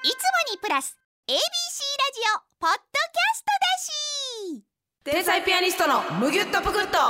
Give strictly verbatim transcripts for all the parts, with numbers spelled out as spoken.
いつもにプラス エービーシー ラジオポッドキャストだし。 天才ピアニストのむぎゅっとぷくっと。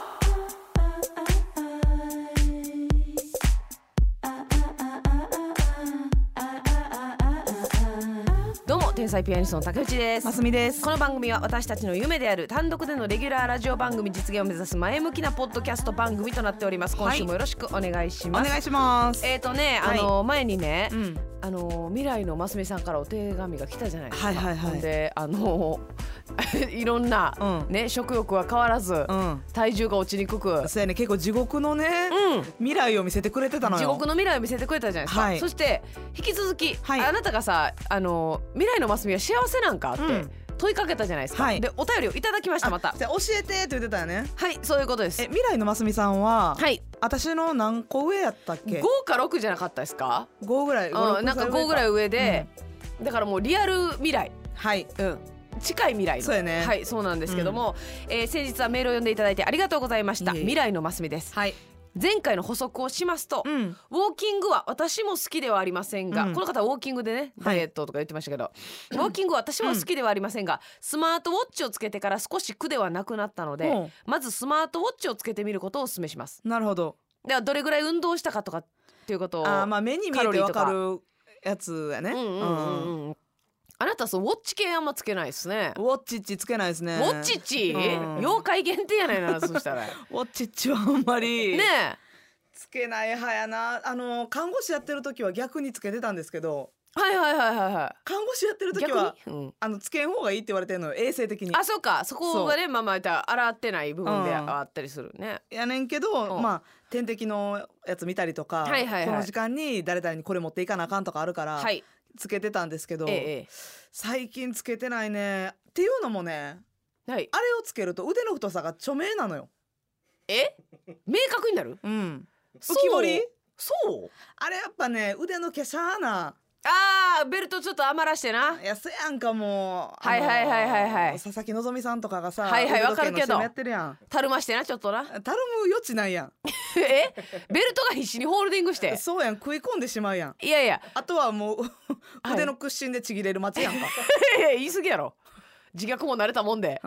どうも天才ピアニストの竹内です。 ますみです。 この番組は私たちの夢である単独でのレギュラーラジオ番組実現を目指す前向きなポッドキャスト番組となっております。今週もよろしくお願いします。 お願いします。 えーとね、あの前にね、 うん、 あの未来のますみさんからお手紙が来たじゃないですか。 はいはいはい。 で、あのいろんな、うん、ね、食欲は変わらず、うん、体重が落ちにくく、 そうやね、結構地獄のね、うん、未来を見せてくれてたのよ。 地獄の未来を見せてくれたじゃないですか、はい、そして引き続き、はい、あなたがさ、あの未来のますみは幸せなんかって、うん、問いかけたじゃないですか、はい、でお便りをいただきました。また教えてって言ってたよね。 はい、そういうことです。 え、未来のますみさんは、はい、私の何個上やったっけ？ ごかろくじゃなかったですか？ ごぐらい、 うん、なんかごぐらい上で、うん、だからもうリアル未来、 はい、 うん、近い未来の、 そうやね、 はい、そうなんですけども、うん、えー、先日はメールを読んでいただいてありがとうございました。いえいえ、未来のますみです。はい、前回の補足をしますと、うん、ウォーキングは私も好きではありませんが、うん、この方はウォーキングでねダイエットとか言ってましたけど、はい、ウォーキングは私も好きではありませんが、うん、スマートウォッチをつけてから少し苦ではなくなったので、うん、まずスマートウォッチをつけてみることをお勧めします。 なるほど。 ではどれぐらい運動したかとかっていうことを、 あ、まあ、目に見えて分かるやつやね。うんうんうんうん、 あなたそうウォッチ系あんまつけないですね。 ウォッチッチつけないですね。 ウォッチッチ、うん、妖怪限定やないな。そしたらウォッチッチはあんまりねえつけない派やな。あの看護師やってる時は逆につけてたんですけど、 はいはいはいはいはい、 看護師やってる時は、うん、あのつけん方がいいって言われてるのよ、衛生的に。 あ、そうか、そこがね、まあまあ洗ってない部分であったりするね、 うん、やねんけど、うん、まあ点滴のやつ見たりとか、はいはいはい、この時間に誰々にこれ持っていかなあかんとかあるから、はい、つけてたんですけど、ええ、最近つけてないね。っていうのもね、はい、あれをつけると腕の太さが著名なのよ。 え、明確になる？ うん、浮き彫り。 そう、 あれやっぱね、腕の毛しゃーな。 あー、ベルトちょっと余らしてな。 いや、そやんか、もう、 はいはいはいはいはい、 佐々木希さんとかがさ、 はいはい、わかるけどやってるやん。 たるましてな、ちょっとな。 たるむ余地ないやんえ、ベルトが必死にホールディングして。 そうやん、食い込んでしまうやん。 いやいや、 あとはもう腕の屈伸でちぎれる街やんか言い過ぎやろ、自虐も慣れたもんで、うん、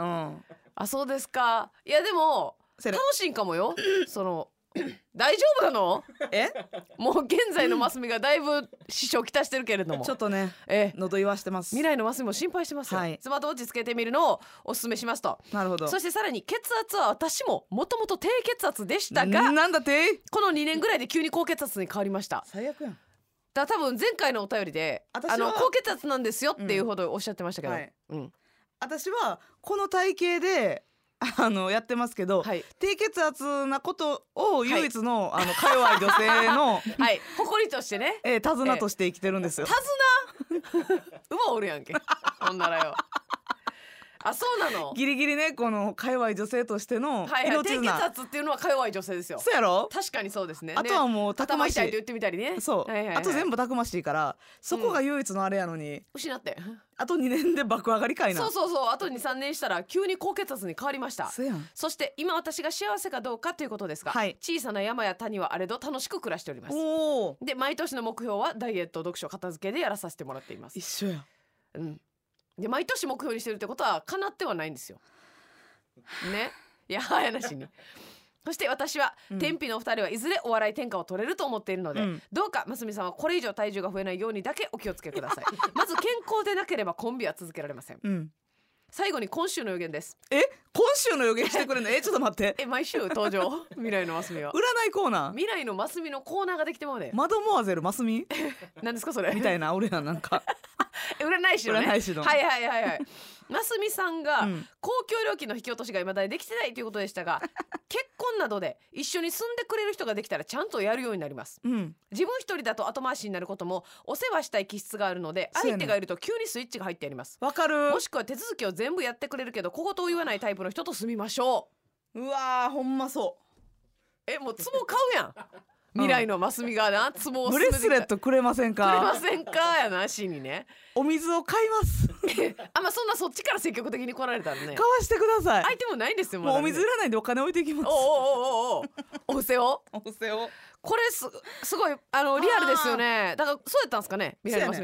あ、そうですか。いやでも楽しいんかもよその大丈夫なの？え、もう現在のマスミがだいぶ支障をきたしてるけれども、 ちょっとね、え喉言わしてます。 未来のマスミも心配してますよ、はい、スマートウォッチつけてみるのをおすすめしますと。なるほど。そしてさらに血圧は私ももともと低血圧でしたが、 なんだってこのにねんぐらいで急に高血圧に変わりました。 最悪やん。 だから多分前回のお便りであの高血圧なんですよっていうほどおっしゃってましたけど、うん、はい、うん、 私はこの体型であのやってますけど、はい、低血圧なことを唯一の、はい、あのか弱い女性の、 はい、誇りとしてね、 えー、手綱として生きてるんですよ。 手綱馬おるやんけほんならよ。あ、そうなの。 ギリギリね、このか弱い女性としての命綱、はいはい、低血圧っていうのはか弱い女性ですよ。 そうやろ。 確かにそうですね。 あとはもうたくましい、 頭痛いと言ってみたりね。 そう、はいはいはい、あと全部たくましいからそこが唯一のあれやのに、うん、 失ってあとにねんで爆上がりかいな。 そうそうそう、あと にさんねんしたら急に高血圧に変わりました。 そうやん。 そして今私が幸せかどうかということですが、はい、小さな山や谷はあれど楽しく暮らしております。おで、毎年の目標はダイエット、読書、片付けでやらさせてもらっています。 一緒や。 うん。で毎年目標にしてるってことは叶ってはないんですよね。いや、早なしにそして私は、うん、天日のお二人はいずれお笑い天下を取れると思っているので、うん、どうかますみさんはこれ以上体重が増えないようにだけお気をつけくださいまず健康でなければコンビは続けられません、うん、最後に今週の予言です。 え、今週の予言してくれるの？え、ちょっと待ってえ、毎週登場未来のますみは占いコーナー、 未来のますみのコーナーができてまうね。 マドモアゼルますみ何ですかそれみたいな、俺らなんか占い師のね、 占い師の、 はいはいはいはいますみさんが、うん、公共料金の引き落としが未だにできてないということでしたが結婚などで一緒に住んでくれる人ができたらちゃんとやるようになります、うん、自分一人だと後回しになることもお世話したい気質があるので、相手がいると急にスイッチが入ってやります。 わかる。 もしくは手続きを全部やってくれるけど小言を言わないタイプの人と住みましょう。うわー、ほんまそう。 え、もう壺買うやん未来のますみがな、ツボをブレスレットくれませんかくれませんかやなしにね、 お水を買いますあ、まあそんなそっちから積極的に来られたらね、 買わしてください。 アイテムないんですよ、 もうお水いらないんでお金置いていきます。 おおおおおお布施をお布施をこれ す, すごいあのリアルですよね。だからそうやったんですかね、未来のますみさんも。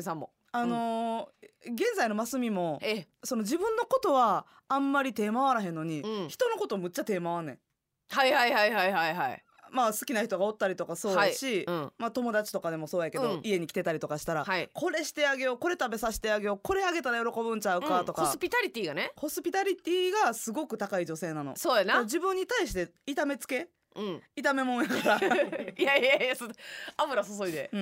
あのーうん、現在のマスミもその自分のことはあんまり手回らへんのに、うん、人のことむっちゃ手回んねん。 はいはいはいはいはいはい。 まあ好きな人がおったりとかそうやし、はいうん、まあ友達とかでもそうやけど、うん、家に来てたりとかしたら、はい、これしてあげよう、これ食べさせてあげよう、これあげたら喜ぶんちゃうかとか、 うん、ホスピタリティがね、 ホスピタリティがすごく高い女性なの。 そうやな。 自分に対して痛めつけ、うん、炒め物やからいやいやいや油注いで、 うんうん、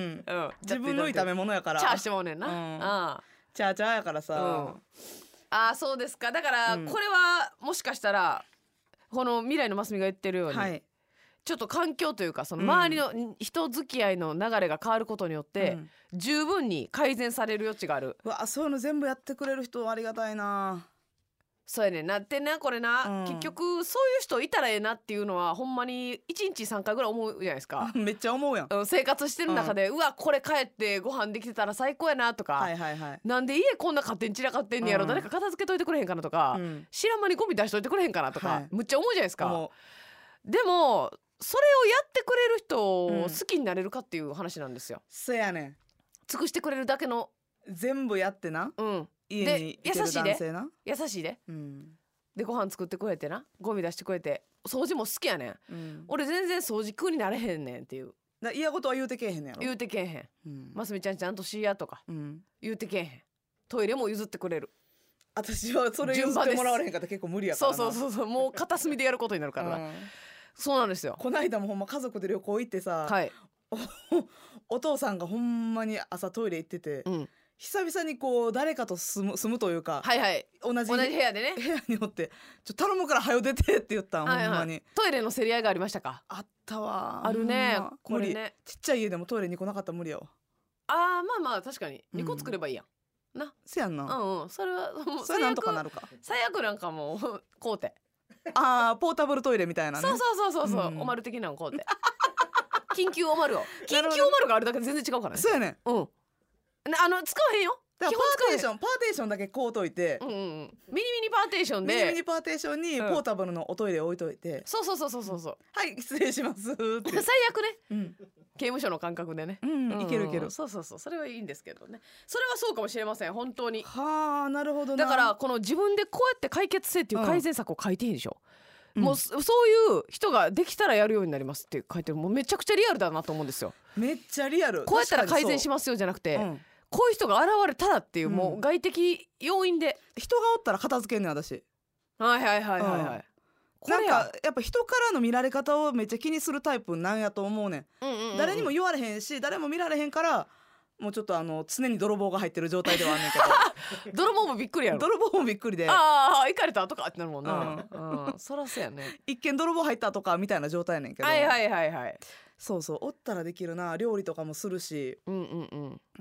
自分の炒め物やからチャーしてもうねんな、うん、あチャーチャーやからさ、うん、 あそうですか。だから、うん、これはもしかしたらこの未来のマスミが言ってるように、はい、ちょっと環境というかその周りの人付き合いの流れが変わることによって、うん、十分に改善される余地がある。 うわそういうの全部やってくれる人ありがたいな。 そうやねんなってなこれな、うん、結局そういう人いたらええなっていうのはほんまにいちにちさんかいぐらい思うじゃないですかめっちゃ思うやん、 うん、生活してる中で、うん、うわこれ帰ってご飯できてたら最高やなとか、 はいはいはい、 なんで家こんな勝手に散らかってんねやろ、うん、誰か片付けといてくれへんかなとか、うん、知らん間にゴミ出しといてくれへんかなとか、はい、むっちゃ思うじゃないですか。でもそれをやってくれる人を好きになれるかっていう話なんですよ、うん、 そうやねん。 尽くしてくれるだけの全部やってな、うん、家にいてる男性な、 優しいで、うん、でご飯作ってくれてな、ゴミ出してくれて、掃除も好きやねん、うん、俺全然掃除苦になれへんねんっていう。 だ嫌ことは言うてけえへんねやろ。 言うてけえへん、うん、ますみちゃんちゃんとしやとか、うん、言うてけえへん。トイレも譲ってくれる。 私はそれ譲ってもらわれへんかったら結構無理やからな。 そうそうそうそう、もう片隅でやることになるからな、うん、そうなんですよ。 こないだもほんま家族で旅行行ってさ、はい、お, お父さんがほんまに朝トイレ行ってて、うん、久々にこう誰かと住む、住むというか、 はいはい、 同じ、 同じ部屋でね、 部屋におってちょ頼むから早出てって言ったん、はいはい、ほんまに。 トイレの競り合いがありましたか？ あったわ。 あるね、これね。 ちっちゃい家でもトイレにこなかったら無理やわ。 あーまあまあ確かににこ作ればいいやん、うん、な。 せやんな。 うんうん、それはもうそれなんとかなるか。 最悪なんかもうこうてあーポータブルトイレみたいなね。 そうそうそうそう、うん、おまる的なのこうて緊急おまるを緊急おまるがあるだけで全然違うからね。 そうやね。 うん。あの使わへんよ。 だからパーテーションパーテーションだけこうといて、 うんうん、ミニミニパーテーションでミニミニパーテーションにポータブルのおトイレを置いといて、うん、 そうそうそうそうそうそう、 はい失礼しますって最悪ね、うん、刑務所の感覚でね、 うんうん、いけるいける。 そうそうそう、それはいいんですけどね。それはそうかもしれません本当に。 はあなるほどな。 だからこの自分でこうやって解決せっていう改善策を書いていいでしょ、うん、もうそういう人ができたらやるようになりますって書いてる。もうめちゃくちゃリアルだなと思うんですよ。 めっちゃリアル。 こうやったら改善しますよじゃなくて、うん、こういう人が現れたらっていう、うん、もう外的要因で人がおったら片付けんねん私。 はいはいはいはいはい、 うん、なんかやっぱ人からの見られ方をめっちゃ気にするタイプなんやと思うねん、うんうんうんうん、誰にも言われへんし誰も見られへんからもうちょっとあの常に泥棒が入ってる状態ではあんねんけど泥棒もびっくりやろ。 泥棒もびっくりで、 ああ行かれたとかってなるもんな、うんうん、そらそうやね。 一見泥棒入ったとかみたいな状態やねんけど、 はいはいはいはい、 そうそうおったらできるな。料理とかもするし、 うんうんうんうん、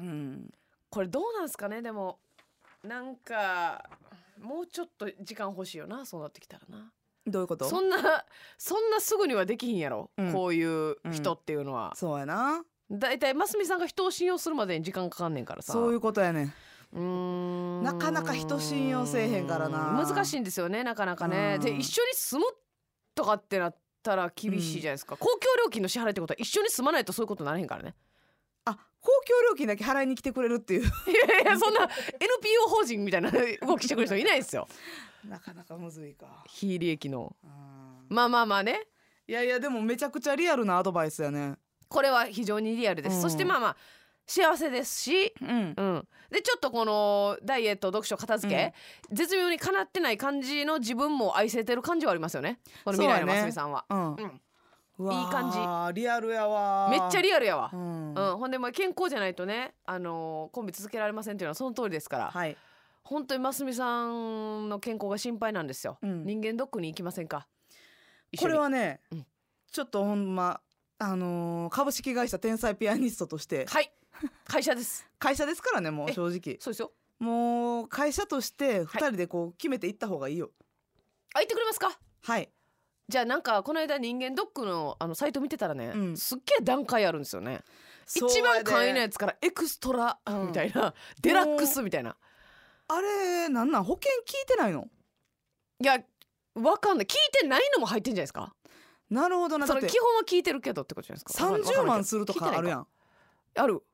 これどうなんすかね。でもなんかもうちょっと時間欲しいよなそうなってきたらな。 どういうこと？ そんなそんなすぐにはできひんやろ、うん、こういう人っていうのは、 うん、そうやな。 だいたいますみさんが人を信用するまでに時間かかんねんからさ。 そういうことやねん。 うーんなかなか人信用せえへんからな。 難しいんですよねなかなかね。で一緒に住むとかってなったら厳しいじゃないですか、うん、公共料金の支払いってことは一緒に住まないとそういうことになれへんからね。 あ公共料金だけ払いに来てくれるっていういやいやそんな エヌピーオー 法人みたいな動きしてくれる人いないですよなかなかむずいか。 非利益のまあまあまあね。 いやいやでもめちゃくちゃリアルなアドバイスやね。 これは非常にリアルです、うん、そしてまあまあ幸せですし、うんうん、でちょっとこのダイエット読書片付け、うん、絶妙にかなってない感じの自分も愛せてる感じはありますよねこの未来のますみさんは、うんうん、いい感じ。 リアルやわ。 めっちゃリアルやわ、うんうん、ほんでも健康じゃないとね、あのー、コンビ続けられませんっていうのはその通りですから、はい、本当にますみさんの健康が心配なんですよ、うん、人間ドックに行きませんか？ これはね、うん、ちょっとほんまあのー、株式会社天才ピアニストとしてはい会社です会社ですからねもう正直そうですよ。 もう会社としてふたりでこう決めていった方がいいよ。 あ、言ってくれますか？ はい。 じゃあなんかこの間人間ドック の, あのサイト見てたらね、うん、すっげえ段階あるんですよね。一番簡易なやつからエクストラみたいな、うん、デラックスみたいな。 あれなんなん保険聞いてないの？ いやわかんない。聞いてないのも入ってんじゃないですか。 なるほどな。 その基本は聞いてるけどってことじゃないですか。 さんじゅうまんするとかあるやん。 ある。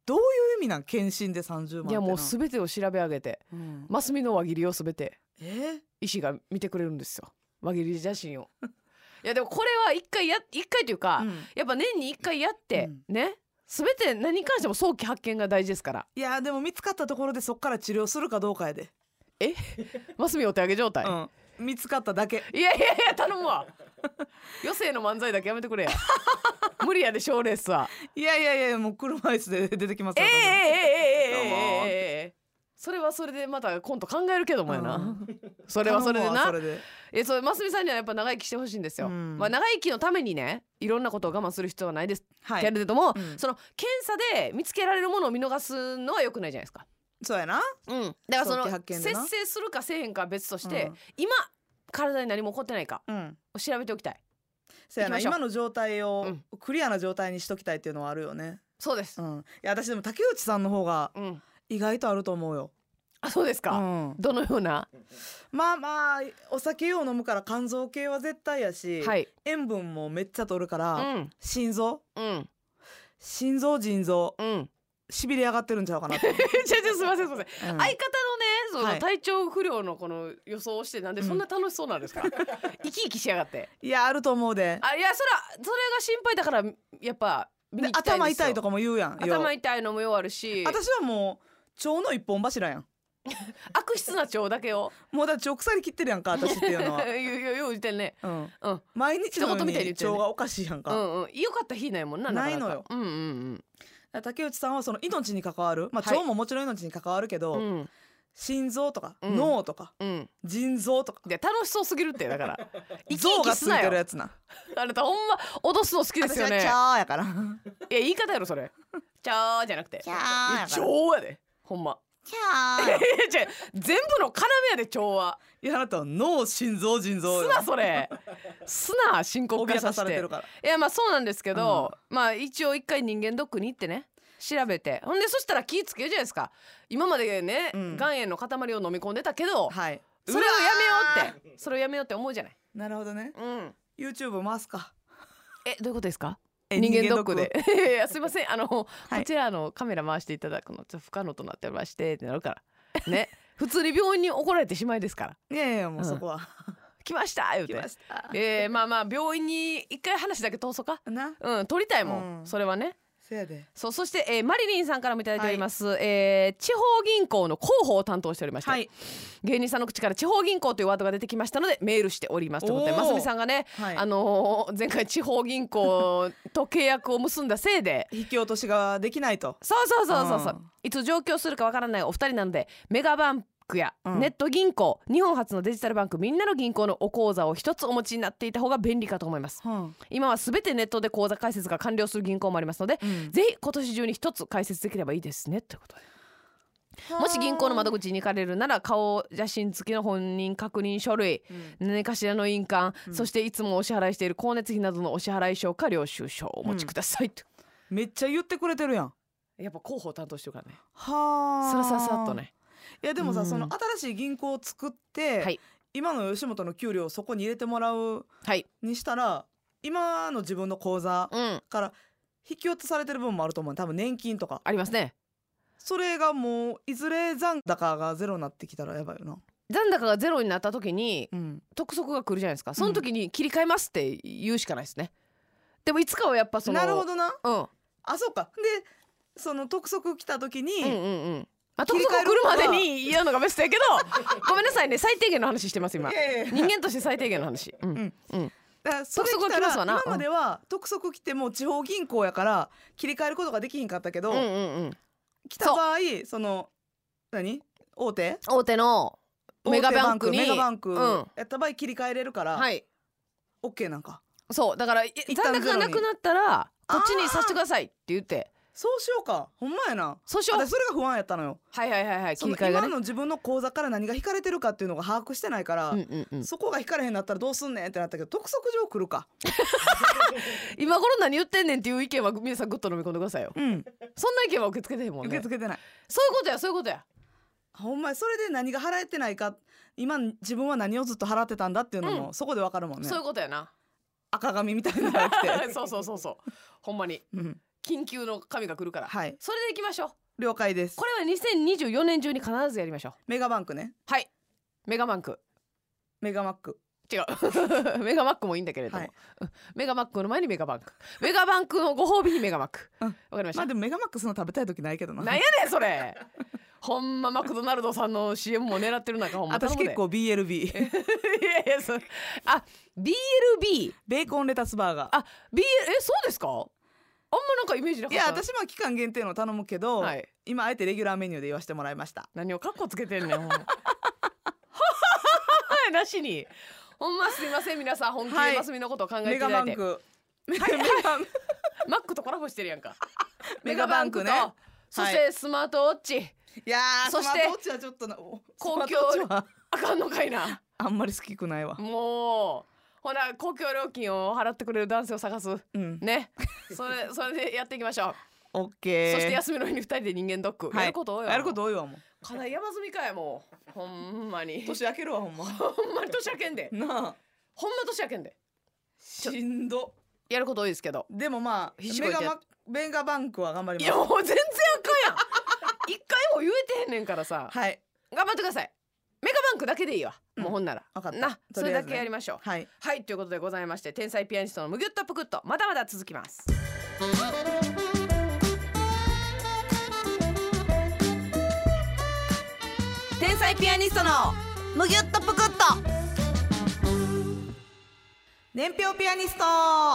どういう意味なん検診でさんじゅうまんってな。 いやもう全てを調べ上げて、うん、マスミの輪切りを全て医師が見てくれるんですよ、輪切り写真をいやでもこれは一回や一回というか、うん、やっぱ年に一回やって、うん、ね全て何に関しても早期発見が大事ですから。 いやでも見つかったところでそっから治療するかどうかやで。 えマスミお手上げ状態、うん、 見つかっただけ。 いやいやいや頼むわ余生の漫才だけやめてくれや無理やで賞レースは。 いやいやいやもう車椅子で出てきますよ。えー、えー、えー、えー、えー、えーそれはそれでまたコント考えるけどもやな、うん、それはそれでなそれでえそれますみさんにはやっぱ長生きしてほしいんですよ、うんまあ、長生きのためにねいろんなことを我慢する必要はないです、はい、けれども、うん、その検査で見つけられるものを見逃すのは良くないじゃないですか。 そうやな、 うん、だからその節制するかせえへんかは別として、うん、今体に何も起こってないか、うん、調べておきたい。 そうやな今の状態をクリアな状態にしときたいっていうのはあるよね。 そうです、 うん、いや私でも竹内さんの方が、うん意外とあると思うよ。 あそうですか、うん、どのような。 まあまあお酒を飲むから肝臓系は絶対やし、はい、塩分もめっちゃ取るから、うん、心臓、うん、心臓腎臓、うん、しびれ上がってるんちゃうかなってちょちょすいませんすいません、うん、相方のねその体調不良のこの予想をしてなんでそんな楽しそうなんですか、うん、生き生きしやがって。 いやあると思うで。 あいやそれはそれが心配だからやっぱ見に行きたいんですよ。 頭痛いとかも言うやん。 頭痛いのもよあるし私はもう腸の一本柱やん悪質な腸だけをもうだって腸腐り切ってるやんか私っていうのはよよよ言ってんね、うんうん、 毎日のように腸がおかしいやんか、 うんうん、よかった日ないもんな。 ないのよ、うんうんうん、竹内さんはその命に関わる、まあ、腸ももちろん命に関わるけど、はい、心臓とか、うん、脳とか、うん、腎臓とかいや楽しそうすぎるってだから生き生きすなよ。象がついてるやつなあなたほんま脅すの好きですよね。 私はチャーやからいや言い方やろそれチャーじゃなくてチャーやから腸やでほんまキャー全部の要やで腸は。 いやあなたは脳心臓腎臓すなそれすな深刻化させて。いやまあそうなんですけど、うん、まあ一応一回人間ドックに行ってね調べてほんでそしたら気ぃつけるじゃないですか。今までね、うん、岩塩の塊を飲み込んでたけど、はい、それをやめようってそれをやめようって思うじゃない。 なるほどね、うん、YouTube 回すか。 えどういうことですか。人間ドックでいやすいませんあの、はい、こちらのカメラ回していただくのちょっと不可能となっておりましてってなるからね普通に病院に怒られてしまいですから。 いやいやもうそこは、 うん、来ました言うて来ました、えー、まあまあ病院に一回話だけ通そうかな、うん、撮りたいもん、うん、それはね。 そやで。 そうそして、えー、マリリンさんからもいただいております、はいえー、地方銀行の広報を担当しておりまして、はい、芸人さんの口から地方銀行というワードが出てきましたのでメールしておりますということでますみさんがね、はいあのー、前回地方銀行と契約を結んだせいで引き落としができないとそうそうそうそうそう、うん、いつ上京するかわからないお二人なのでメガバンクやネット銀行、うん、日本初のデジタルバンクみんなの銀行のお口座を一つお持ちになっていた方が便利かと思います、うん、今はすべてネットで口座開設が完了する銀行もありますので、うん、ぜひ今年中に一つ開設できればいいですねということで、もし銀行の窓口に行かれるなら顔写真付きの本人確認書類、うん、何かしらの印鑑、うん、そしていつもお支払いしている光熱費などのお支払い書か領収書をお持ちくださいと、 うん、めっちゃ言ってくれてるやん。 やっぱ広報担当してるからね。 はあさらさらさらっとね。 いやでもさ、うん、その新しい銀行を作って、はい、今の吉本の給料をそこに入れてもらう、はい、にしたら今の自分の口座から引き落とされてる分もあると思う。多分年金とかありますね。 それがもういずれ残高がゼロになってきたらやばいよな。 残高がゼロになった時に、うん、督促が来るじゃないですか。その時に切り替えますって言うしかないですね、うん、でもいつかはやっぱそのなるほどな、 うん、 あそうか。でその督促来た時に、うんうんうんまあ、督促来るまでに言うのがベストやけどごめんなさいね最低限の話してます今。いやいや人間として最低限の話、うんうんうん、 だからそれ来たら今までは督促来ても地方銀行やから切り替えることができひんかったけど、うんうんうん、来た場合 そ, その何大手大手のメガバンクにメガバンクやった場合切り替えれるから、はい、OK なんか。 そうだから残高がなくなったらこっちにさせてくださいって言ってそうしようか。ほんまやな。 そうしよう。 私それが不安やったのよ。 はいはいはいはい。 その今の自分の口座から何が引かれてるかっていうのが把握してないから、うんうんうん、そこが引かれへんなったらどうすんねんってなったけど督促状来るか今頃何言ってんねんっていう意見は皆さんグッと飲み込んでくださいよ、うん、そんな意見は受け付けてへんもんね。 受け付けてない。 そういうことやそういうことや。 ほんまそれで何が払えてないか今自分は何をずっと払ってたんだっていうのも、うん、そこで分かるもんね。 そういうことやな。 赤紙みたいなのが来てそうそうそうそうほんまに、うん、 緊急の紙が来るから、 はい、 それでいきましょう。 了解です。 これはにせんにじゅうよねん中に必ずやりましょう。 メガバンクね。 はい、メガバンクメガマック違うメガマックもいいんだけれども、はい、メガマックの前にメガバンクメガバンクのご褒美にメガマック、うん、わかりました。 まあでもメガマックその食べたい時ないけどな。 なんやねんそれほんまマクドナルドさんの シーエム も狙ってる中ほんま私結構 ビーエルビー いやいやそあ ビーエルビーベーコンレタスバーガー。 あ ビーエル えそうですか。あんまなんかイメージなかった。 いや私も期間限定の頼むけど、はい、今あえてレギュラーメニューで言わせてもらいました。 何をカッコつけてんねんほんまなしにほんますみません皆さん本気でマスミのことを考えていただいて、はい、メガバンク、はいはい、マックとコラボしてるやんかメガバンクと、ね、そしてスマートウォッチ、はい、 いやーそしてスマートウォッチはちょっとな公共あかんのかいなあんまり好きくないわ。 もうほら公共料金を払ってくれる男性を探す、うん、ねそれそれでやっていきましょう。 オッケー。 そして休みの日にふたりで人間ドック、はい、やること多いわ。 やること多いわもう。 かなり山積みかやもうほんまに年明けるわほんまほんまに年明けんでなあほんま年明けんでしんどやること多いですけどでもまあメガマメガバンクは頑張ります。 いやもう全然あかんやん一回も言えてへんねんからさはい頑張ってください。メガバンクだけでいいわ、うん、もうほんなら分かったなそれだけやりましょう。 はい、 はい、ということでございまして天才ピアニストのむぎゅっとぷくっとまだまだ続きます。天才ピアニストのむぎゅっとぷくっと年表ピアニスト。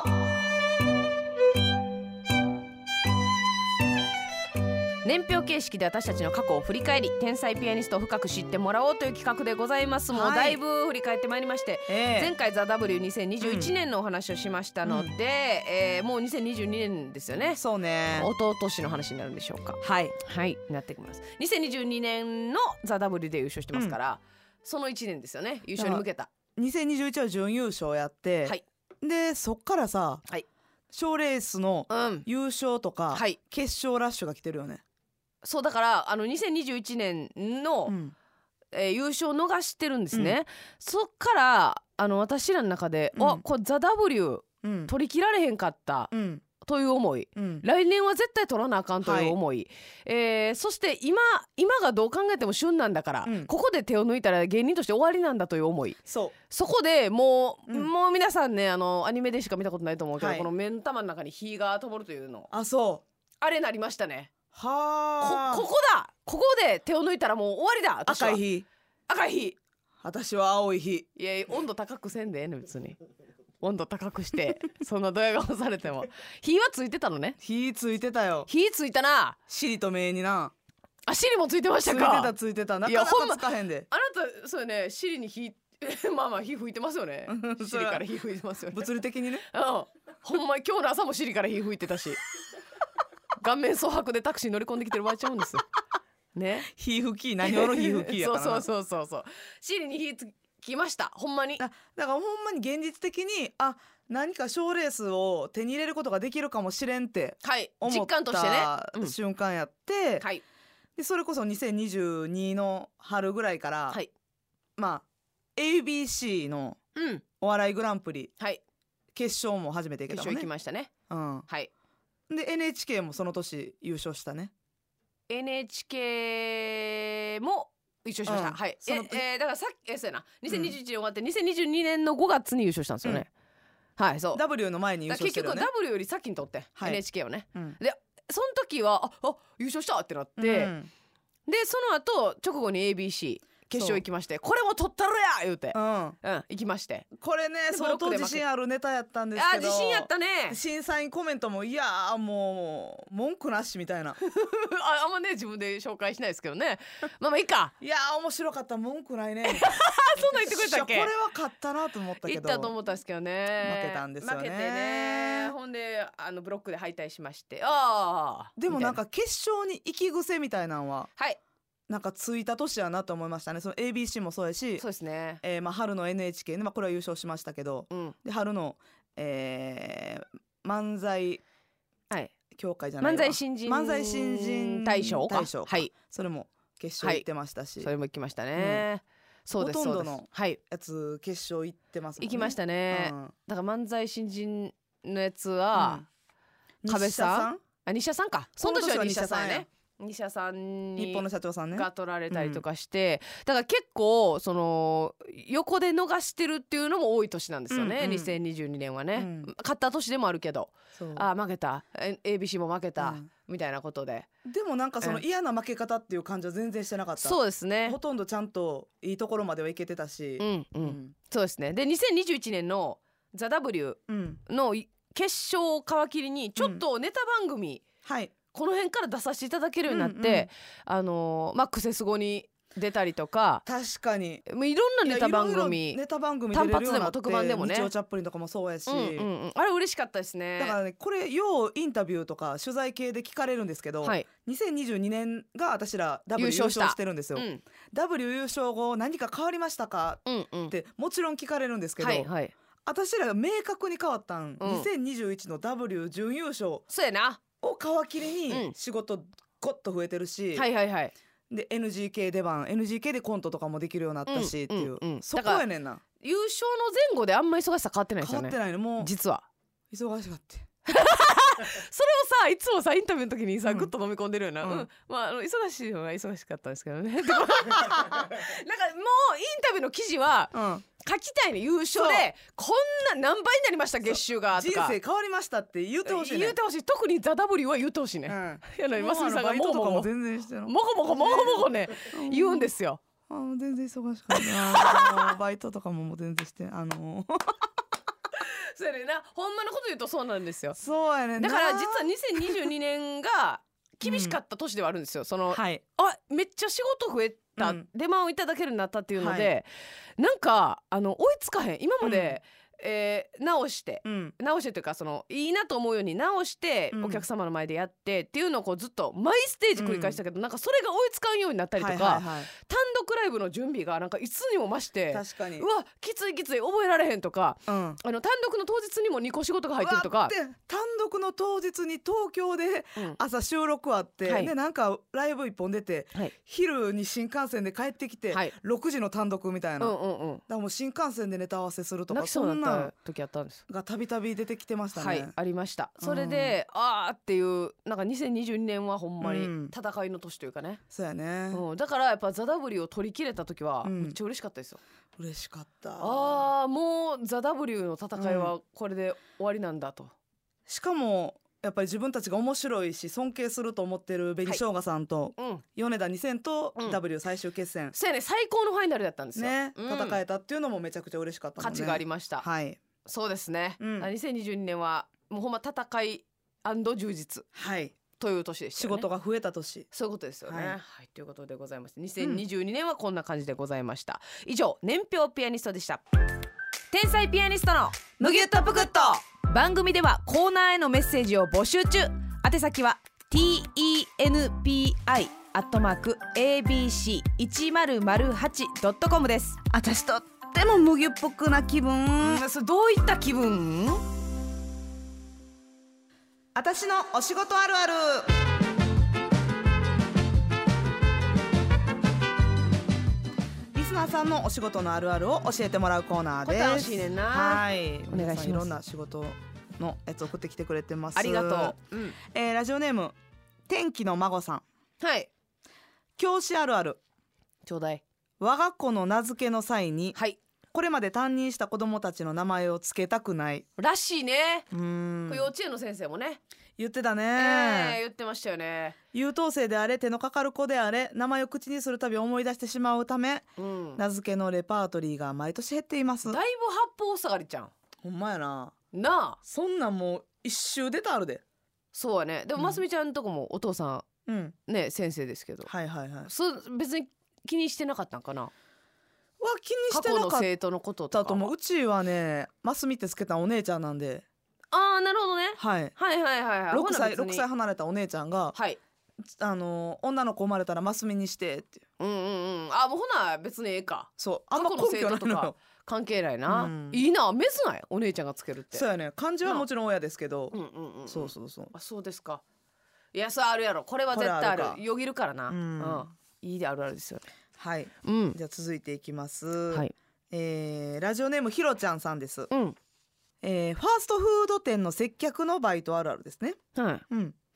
年表形式で私たちの過去を振り返り天才ピアニストを深く知ってもらおうという企画でございます。もうだいぶ振り返ってまいりまして、えー、前回ザ・ ダブリューにせんにじゅういちねんのお話をしましたので、うんえー、もうにせんにじゅうにねんですよね。 そうね一昨年の話になるんでしょうか。 はいはいなってきます。にせんにじゅうにねんのザ・ ダブリューで優勝してますから、うん、そのいちねんですよね優勝に向けた。 にせんにじゅういちは準優勝やって、はい、でそっからさ、はい、賞レースの優勝とか、うんはい、決勝ラッシュが来てるよね。 そうだからあのにせんにじゅういちねんの、うんえー、優勝を逃してるんですね、うん、そっからあの私らの中で、うん、あこれザ・ ダブリュー、うん、取り切られへんかった、うん、という思い、うん、来年は絶対取らなあかんという思い、はいえー、そして今今がどう考えても旬なんだから、うん、ここで手を抜いたら芸人として終わりなんだという思い。 そうそこでもう、うん、もう皆さんねあのアニメでしか見たことないと思うけど、はい、この目ん玉の中に火が灯るというのあそうあれなりましたね。 はこ, ここだここで手を抜いたらもう終わりだ。私は赤い火赤い火私は青い火。 いや温度高くせんでええね別に温度高くしてそんなドヤ顔されても火はついてたのね。 火ついてたよ。 火ついたな尻と目にな。 あ尻もついてましたか。 ついてたついてたなかなかつかへんで。 あなたそうよね尻に火まあまあ火吹いてますよね尻から火吹いてますよね物理的にねうんほんまに今日の朝も尻から火吹いてたし顔面蒼白でタクシー乗り込んできてる場合ちゃうんですよね。 火吹き何の火吹きやからなそうそうそうそう尻に火つきましたほんまに。 だからほんまに現実的にあ何か賞レースを手に入れることができるかもしれんって思った瞬間やって、はい、でそれこそにせんにじゅうにの春ぐらいから、はい、まあ エービーシー のお笑いグランプリ、はい、決勝も初めて行けたもんね。 決勝行きましたね、 うんはい、で エヌエイチケー もその年優勝したね。 エヌエイチケー も優勝しました、うん、はいえ、えー、だからさっきえそうやなにせんにじゅういちねん終わって、うん、にせんにじゅうにねんのごがつに優勝したんですよね、うん、はいそう W の前に優勝してるよね。 結局 W より先に取って、はい、エヌエイチケー をね、うん、でその時はああ優勝したってなって、うん、でその後直後に エービーシー決勝行きましてこれも取ったろや言うて、うんうん、行きましてこれね相当自信あるネタやったんですけどあ自信やったね。 審査員コメントもいやもう文句なしみたいなあ, あんまね自分で紹介しないですけどねまあまあいいかいや面白かった文句ないねそんな言ってくれたっけ。 これは勝ったなと思ったけど言ったと思ったんですけどね負けたんですよね。 負けてねほんであのブロックで敗退しましてあでもなんか決勝に行き癖みたいなのははいなんかついた年やなと思いましたね。その エービーシー もそうやしそうですね、 えーまあ、春の エヌエイチケー で、まあ、これは優勝しましたけど、うん、で春の、えー、漫才協会じゃないわ漫才新人漫才新人大賞か大賞か、はい、それも決勝行ってましたし、はい、 それも行きましたね、うん、そうですほとんどのやつ決勝行ってますもんね。 行きましたね、うん、だから漫才新人のやつは、うん、 壁さんあ西社さんか、その年は西社さんやね。西社さんに日本の社長さんねが取られたりとかして、うん、だから結構その横で逃してるっていうのも多い年なんですよね、うんうん、にせんにじゅうにねんはね、うん、勝った年でもあるけど、あ負けた エービーシー も負けた、うん、みたいなことで、 でもなんかその嫌な負け方っていう感じは全然してなかった。 そうですね、 ほとんどちゃんといいところまではいけてたし、 うんうんうん、そうですね。でにせんにじゅういちねんのザ・ W の決勝を皮切りにちょっとネタ番組、うん、はい、この辺から出させていただけるようになって、うんうん、あのー、まあクセスゴに出たりとか、 確かにいろんなネタ番組、 ネタ番組出れるようになって、単発でも特番でもね、 日曜チャップリンとかもそうやし、 うんうんうん、あれ嬉しかったですね。 だからね、これようインタビューとか取材系で聞かれるんですけど、はい、にせんにじゅうにねんが私ら W 優勝してるんですよ、うん、W 優勝後何か変わりましたか、うんうん、ってもちろん聞かれるんですけど、はいはい、私らが明確に変わったん、うん、にせんにじゅういちの W 準優勝そうやなを皮切りに仕事ゴッと増えてるし、 うん、はいはいはい、 で エヌジーケー 出番 エヌジーケー でコントとかもできるようになったしっていう、うんうんうん、そこやねんな。 優勝の前後であんま忙しさ変わってないですよね。 変わってないの、もう実は忙しかってそれをさいつもさインタビューの時にさ、うん、グッと飲み込んでるような、うんうん、まあ、あの忙しいのは忙しかったんですけどねなんかもうインタビューの記事は、うん、書きたいね、優勝でこんな何倍になりました月収がとか人生変わりましたって言ってほしいね。 言ってほしい、特にザ・ W は言ってほしいね、うん、やのにますみさんがもこもこもこもこもこもこね言うんですよ。 あ全然忙しかったバイトとかももう全然してあのそうやねんな、ほんまのこと言うとそうなんですよ。 そうやねんな。 だから実はにせんにじゅうにねんが厳しかった年ではあるんですよ、うん、その、はい、あめっちゃ仕事増えた、うん、出番をいただけるようになったっていうので、はい、なんかあの追いつかへん今まで、うんえー、直して、うん、直してというかそのいいなと思うように直して、うん、お客様の前でやってっていうのをこうずっと毎ステージ繰り返したけど、うん、なんかそれが追いつかんようになったりとか、はいはいはい、単独ライブの準備がなんかいつにも増して確かにうわきついきつい覚えられへんとか、うん、あの単独の当日にもにこ仕事が入ってるとか、 単独の当日に東京で朝収録あって、うん、でなんかライブいっぽん出て、はい、昼に新幹線で帰ってきて、はい、ろくじの単独みたいな、うんうんうん、だからもう新幹線でネタ合わせするとか泣きそうな時あったんですがたびたび出てきてましたね。 はいありました。それで、うん、あーっていうなんかにせんにじゅうにねんはほんまに戦いの年というかね、うん、 そうやね、 うん、だからやっぱザ・ W を取り切れた時はめっちゃ嬉しかったですよ、 うん、嬉しかった。 あーもうザ・ W の戦いはこれで終わりなんだと、うん、 しかもやっぱり自分たちが面白いし尊敬すると思ってる紅しょうがさんと、はいうん、米田にせんと W 最終決戦、うん、 そうやね、最高のファイナルだったんですよ、 ねうん、戦えたっていうのもめちゃくちゃ嬉しかったもんね。 価値がありました。 はいそうですね、うん、にせんにじゅうにねんはもうほんま戦い&充実、はい、という年でしたよね。 仕事が増えた年、 そういうことですよね、はいはい、ということでございます。にせんにじゅうにねんはこんな感じでございました、うん、以上年表ピアニストでした。天才ピアニストのむぎゅっとぷくっと。 番組ではコーナーへのメッセージを募集中。宛先は ティーイーエヌピーアイ アットマーク エービーシーいちまるまるはち ドットコム です。 私とってもむぎゅっぽくな気分、 うん、それどういった気分？ 私のお仕事あるある。リスナーさんのお仕事のあるあるを教えてもらうコーナーです。 楽しいねんな。 はい、 お願いします。いろんな仕事のやつ送ってきてくれてます。 ありがとう、うんえー、ラジオネーム天気の孫さん。 はい。 教師あるあるちょうだい。 我が子の名付けの際に、 はい、 これまで担任した子どもたちの名前を付けたくないらしいね。うーん、幼稚園の先生もね言ってたね、 えー、言ってましたよね。 優等生であれ手のかかる子であれ名前を口にするたび思い出してしまうため、うん、名付けのレパートリーが毎年減っています。 だいぶ八方下がりちゃん。 ほんまやな。 なあそんなんもう一周出たあるで。 そうやね。でも、うん、ますみちゃんのとこもお父さん、うん、ね先生ですけど、 はいはいはい、 そ別に気にしてなかったんかな。は気にしてなかった。 過去の生徒のこととかともうちはねますみってつけたお姉ちゃんなんで。 あーなるほどね、 はい、 はいはいはいはい。 ろくさいろくさい離れたお姉ちゃんが、 はい、 あの女の子生まれたらますみにしてって。 うんうんうん。あもうほな別にええか。 そうあんま根拠ないのよ。 関係ないな、うん、いいなめずないお姉ちゃんがつけるって。 そうやね。漢字はもちろん親ですけど、 うんうんうんうん、 そうそうそう。 あそうですか。いやそうあるやろ。これは絶対ある。あるよぎるからな、うんうん、いいであるあるですよね。 はい、 うん、 じゃあ続いていきます、 はいえー、ラジオネームひろちゃんさんです、 うんえー、ファーストフード店の接客のバイトあるあるですね、 はい、 うん、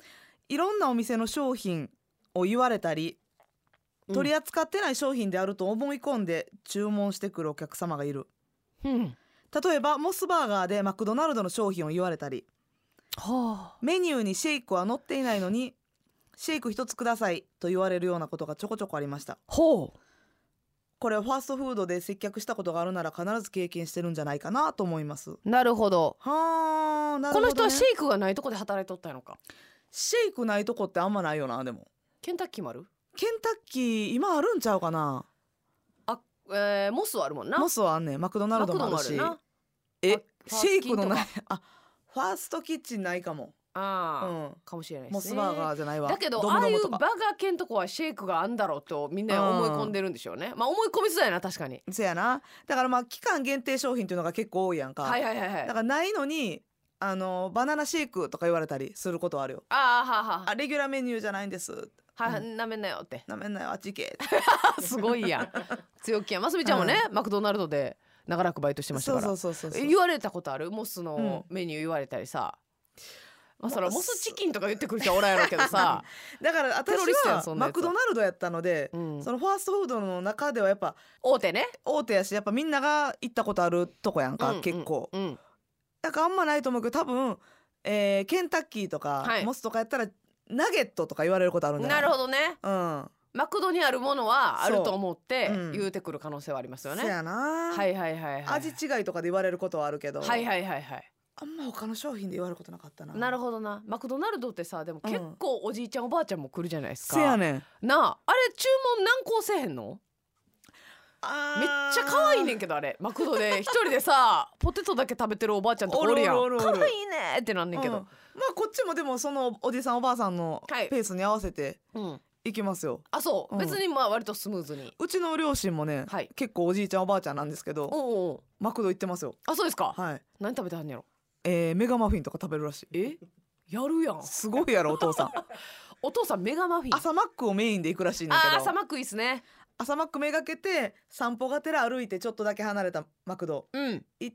いろんなお店の商品を言われたり、取り扱ってない商品であると思い込んで注文してくるお客様がいる、うん、例えばモスバーガーでマクドナルドの商品を言われたり、はあ、メニューにシェイクは載っていないのにシェイク一つくださいと言われるようなことがちょこちょこありました。ほう。これはファーストフードで接客したことがあるなら必ず経験してるんじゃないかなと思います。 なるほど。 はあ、なるほどね。 この人はシェイクがないとこで働いとったのか。 シェイクないとこってあんまないよな。でもケンタッキーもある？ ケンタッキー今あるんちゃうかな。 あ、えー、モスはあるもんな。 モスはあんねん。マクドナルドもあるし。るえシェイクのないあファーストキッチンないかも。あ、うん、かもしれないですね。モスバーガーじゃないわ。 だけどああいうバーガー系のとこはシェイクがあんだろうとみんな思い込んでるんでしょうね、うん、まあ思い込みそうやな。確かにそうやな。だからまあ期間限定商品っていうのが結構多いやんか。はいはいはい、はい、だからないのにあのバナナシェイクとか言われたりすることあるよ。あーははあレギュラーメニューじゃないんですは、うん、なめんなよってなめんなよあっち行けすごいやん強気や。ますみちゃんもね、うん、マクドナルドで長らくバイトしてましたから。そうそうそうそう。言われたことある？モスのメニュー言われたりさ、うん、まあ、そらモスチキンとか言ってくる人はおらんやろうけどさだから私はマクドナルドやったので、うん、そのファーストフードの中ではやっぱ大手ね。 大手やしやっぱみんなが行ったことあるとこやんか、うん、結構、うん、だからあんまないと思うけど多分、えー、ケンタッキーとか、はい、モスとかやったらナゲットとか言われることあるんじゃない？ なるほどね、うん、マクドにあるものはあると思って言うてくる可能性はありますよね。そうやな。はいはいはいはい。 味違いとかで言われることはあるけど、 はいはいはいはい。 あんま他の商品で言われることなかったな。 なるほどな。マクドナルドってさでも結構おじいちゃんおばあちゃんも来るじゃないですか。 せやねんなあ。あれ注文難航せえへんの？あめっちゃ可愛いねんけどあれマクドで一人でさポテトだけ食べてるおばあちゃんとかおるやん。可愛いねってなんねんけど、うん、まあこっちもでもそのおじさんおばあさんのペースに合わせて、はい、うん行きますよ。 あそう、うん、別にまあ割とスムーズに。 うちの両親もね、はい、結構おじいちゃんおばあちゃんなんですけど、おうおうマクド行ってますよ。 あそうですか。 はい。 何食べてはんねやろ。 えー、メガマフィンとか食べるらしい。 えやるやん。 すごいやろお父さんお父さんメガマフィン。 朝マックをメインで行くらしいねんけど。 あ朝マックいいっすね。 朝マックめがけて散歩がてら歩いてちょっとだけ離れたマクド、うん、行って、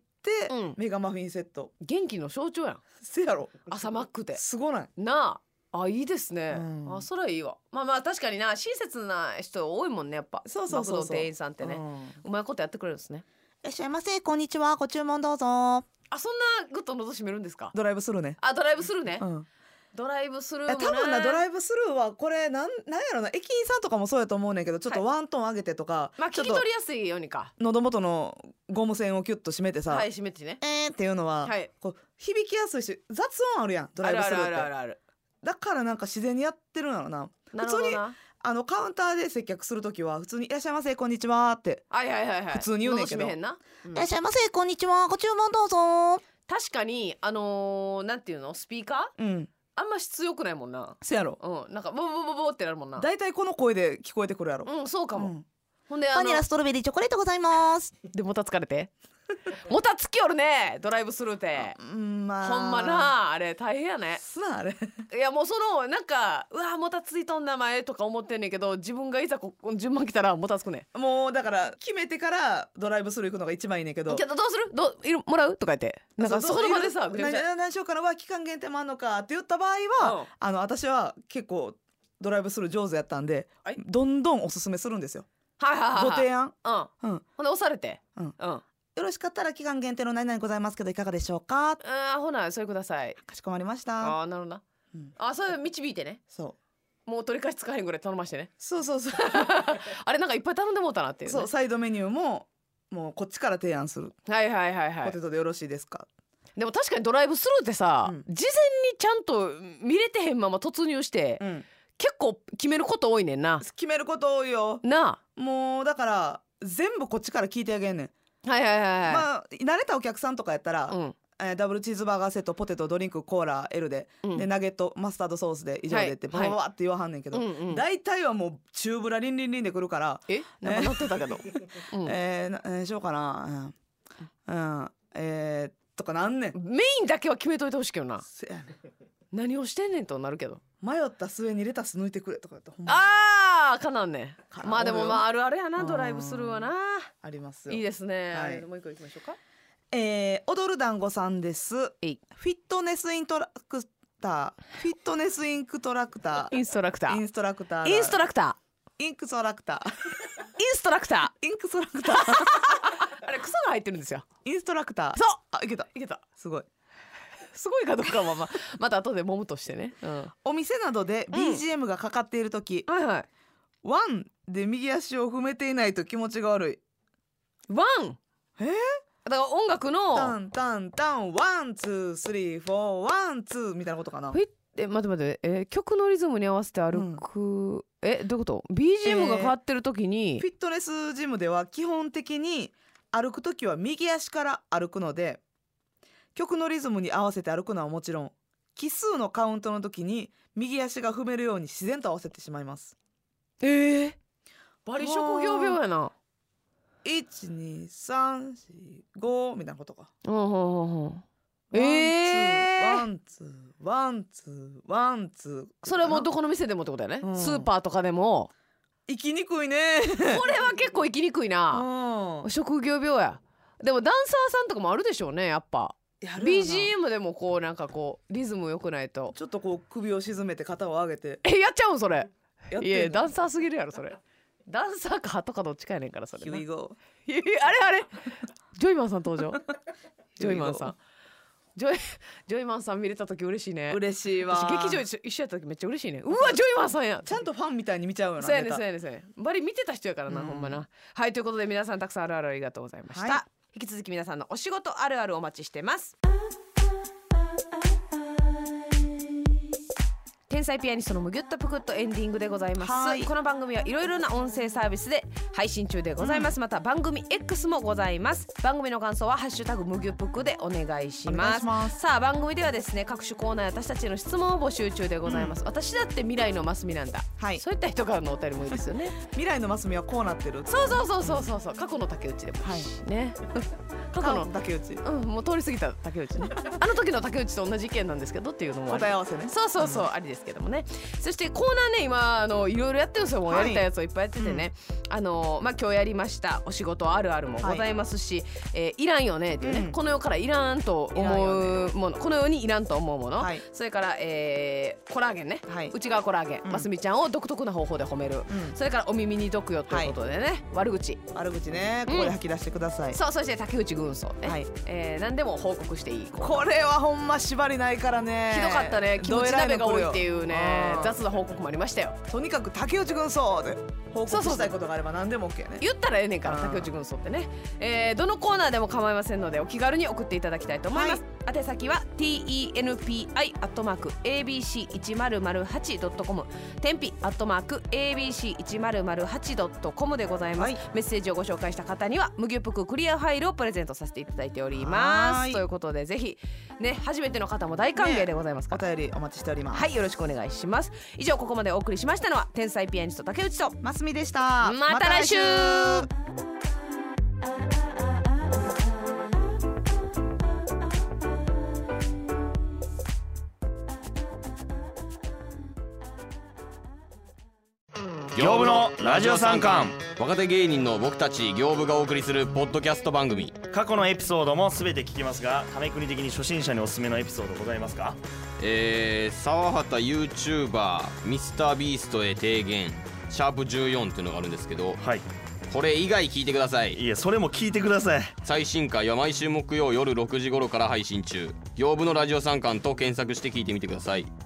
うん、メガマフィンセット。 元気の象徴やん。 せやろ朝マックで。 すごないなあ。あいいですね、うん、あそれはいいわ。まあまあ確かにな親切な人多いもんねやっぱ。そうそうそうそう。マクドの店員さんってね、うん、うまいことやってくれるんですね。 いらっしゃいませこんにちはご注文どうぞ。あそんなグッと喉閉めるんですか。 ドライブスルーね。 あドライブスルーね、うん、ドライブスルーもね。 多分なドライブスルーはこれなんなんやろな駅員さんとかもそうやと思うねんけどちょっとワントーン上げてとか、はい、 まあ聞き取りやすいようにか喉元のゴム栓をキュッと締めてさ、 はい締めてねえーっていうのは、はい、こう響きやすいし雑音あるやんドライブスルーって。あるあるあるある。だからなんか自然にやってるんやろな。普通にあのカウンターで接客するときは普通にいらっしゃいませこんにちはってはいはいはいはい普通に言うねんけど、うん、いらっしゃいませこんにちはご注文どうぞ。 確かにあのー、なんていうのスピーカー、うん、あんま質良くないもんな。 せやろ、 うん、なんかボボボボってなるもんな。 だいたいこの声で聞こえてくるやろ。 うんそうかも、うん、 ほんでバニラストロベリーチョコレートございますでもたつかれてもたつきおるねドライブスルーって、まあ、ほんまなあれ大変やね。 すなあれいやもうそのなんかうわもたついとん名前とか思ってんねんけど自分がいざこ順番来たらもたつくね。 もうだから決めてからドライブスルー行くのが一番いいねんけど。 けどどうするどいるもらうとか言ってなんかそこまでさ何しようかなは期間限定もあんのかって言った場合は、うん、あの私は結構ドライブスルー上手やったんで、はい、どんどんおすすめするんですよ。はいはいはい、ご提案、 うんうん、ほんで押されて、うんうん、 よろしかったら期間限定の何々ございますけどいかがでしょうか。 あほなそれください。 かしこまりました。 あなるほどな、うん、あそれ導いてね。そうもう取り返しつかへんぐらい頼ましてね。 そうそうそうあれなんかいっぱい頼んでもうたなっていう、ね、 そうサイドメニューももうこっちから提案する。 はいはいはいはい。 ポテトでよろしいですか。 でも確かにドライブスルーってさ、うん、事前にちゃんと見れてへんまま突入して、うん、結構決めること多いねんな。 決めること多いよなあ。もうだから全部こっちから聞いてあげんねん。はいはいはい、はい、まあ慣れたお客さんとかやったら、うんえー、ダブルチーズバーガーセットポテトドリンクコーラ L で、うん、でナゲットマスタードソースで以上でってババババって言わはんねんけど、はいはい、大体はもう中ブラリンリンリンでくるから。 えなんかなってたけど、 うん、えー、何しようかなうん、うん、えーとかなんねん。 メインだけは決めといてほしいけどな。せやねん何をしてんねんとなるけど迷った末にレタス抜いてくれとか言ったらほんまあーかなんねん。まあでもまああるあるやなドライブスルーはな。ありますよ。いいですね、はい、もう一個いきましょうか。 えー、踊る団子さんです。フィットネスイントラクフターフィットネスインクトラクターインストラクターインストラクターインストラクターインクトラクターインストラクターインクトラクターあれ草が入ってるんですよ。 インストラクターそうあいけたいけたすごいすごいかどうかはまあまた後で揉むとしてね、うん、 お店などで ビージーエム がかかっている時、 うん、はいはいワンで右足を踏めていないと気持ちが悪い。 ワンえー、 だから音楽のタンタンタンワンツースリーフォーワンツーみたいなことかな。 え待って待って、えー、曲のリズムに合わせて歩く、うん、えどういうこと？ ビージーエム が変わってる時に、 えー、フィットネスジムでは基本的に歩く時は右足から歩くので、曲のリズムに合わせて歩くのはもちろん、奇数のカウントの時に右足が踏めるように自然と合わせてしまいます。 えー、バリ職業病やな。 いちにさんしごみたいなことか。 うんうんうん。えー、ワンツーワンツーワンツー。 それはもうどこの店でもってことだよね、うん、スーパーとかでも行きにくいねこれは結構行きにくいな、うん、職業病や。でもダンサーさんとかもあるでしょうね、やっぱ ビージーエム でもこうなんかこうリズム良くないと、 ちょっとこう首を沈めて肩を上げてえやっちゃうんそれ。いやダンサーすぎるやろそれ。ダンサーかハトかどっちかやねんからそれ、ね、 Here we go あれあれジョイマンさん登場ジョイマンさんジョイジョイマンさん見れた時嬉しいね。 嬉しいわ。 私劇場一緒やった時めっちゃ嬉しいね。うわジョイマンさんや。 ちゃんとファンみたいに見ちゃうよな。 そうやねそうやねそうやね。バリ見てた人やからな、うん、ほんまな。はい、ということで皆さんたくさんあるあるありがとうございました、はい、引き続き皆さんのお仕事あるあるお待ちしてます。天才ピアニストのむぎゅっとぷくっとエンディングでございます。この番組はいろいろな音声サービスで配信中でございます、うん、また番組 X もございます。番組の感想はハッシュタグむぎゅぷくでお願いします。ますさあ番組ではですね、各種コーナーや私たちの質問を募集中でございます、うん、私だって未来のマスミなんだ、はい、そういった人からのお便りもいいですよね未来のマスミはこうなってる。 そうそうそうそうそうそう過去の竹内でもいいし、はい、ね過去の竹内、 うん、もう通り過ぎた竹内ねあの時の竹内と同じ意見なんですけどっていうのも答え合わせね。 そうそうそう、うん、ありですけどもね。そしてコーナーね今あのいろいろやってるんですよ。もうやりたいやつをいっぱいやっててね、はい、あのまあ今日やりましたお仕事あるあるもございますし、はいえー、いらんよねっていうね、うん、この世からいらんと思うもの、この世にいらんと思うもの、はい、それから、えー、コラーゲンね、はい、内側コラーゲン、うん、ますみちゃんを独特な方法で褒める、うん、それからお耳に毒よということでね、はい、悪口悪口ねここで吐き出してください、うん、 そうそして竹内軍曹ね、はいえー、何でも報告していい。 これはほんま縛りないからね。 ひどかったね。キムチ鍋が多いっていうね雑な報告もありましたよ。 とにかく竹内軍曹で報告したいことがあれば何でも OK ね。 言ったらええねんから竹内軍曹ってね、えー、どのコーナーでも構いませんのでお気軽に送っていただきたいと思います、はい、宛先は ティーイーエヌピーアイ アットマーク エービーシーいちまるまるはち ドットコム 天日アットマーク エービーシーいちまるまるはち ドットコム でございます、はい、メッセージをご紹介した方にはむぎゅぷくクリアファイルをプレゼントさせていただいておりますということでぜひね初めての方も大歓迎でございますから、 ね、お便りお待ちしております。 はいよろしくお願いします。以上ここまでお送りしましたのは天才ピアニスト竹内とますみでした。 また来週、 行部のラジオ三冠、 若手芸人の僕たち行部がお送りするポッドキャスト番組。 過去のエピソードも全て聞きますが、ため国的に初心者におすすめのエピソードございますか？ えー、沢畑 YouTuber ミスタービーストへ提言シャープじゅうよんっていうのがあるんですけど、はい、これ以外聞いてください。 いやそれも聞いてください。 最新回は毎週木曜夜ろくじ頃から配信中。行部のラジオ三冠と検索して聞いてみてください。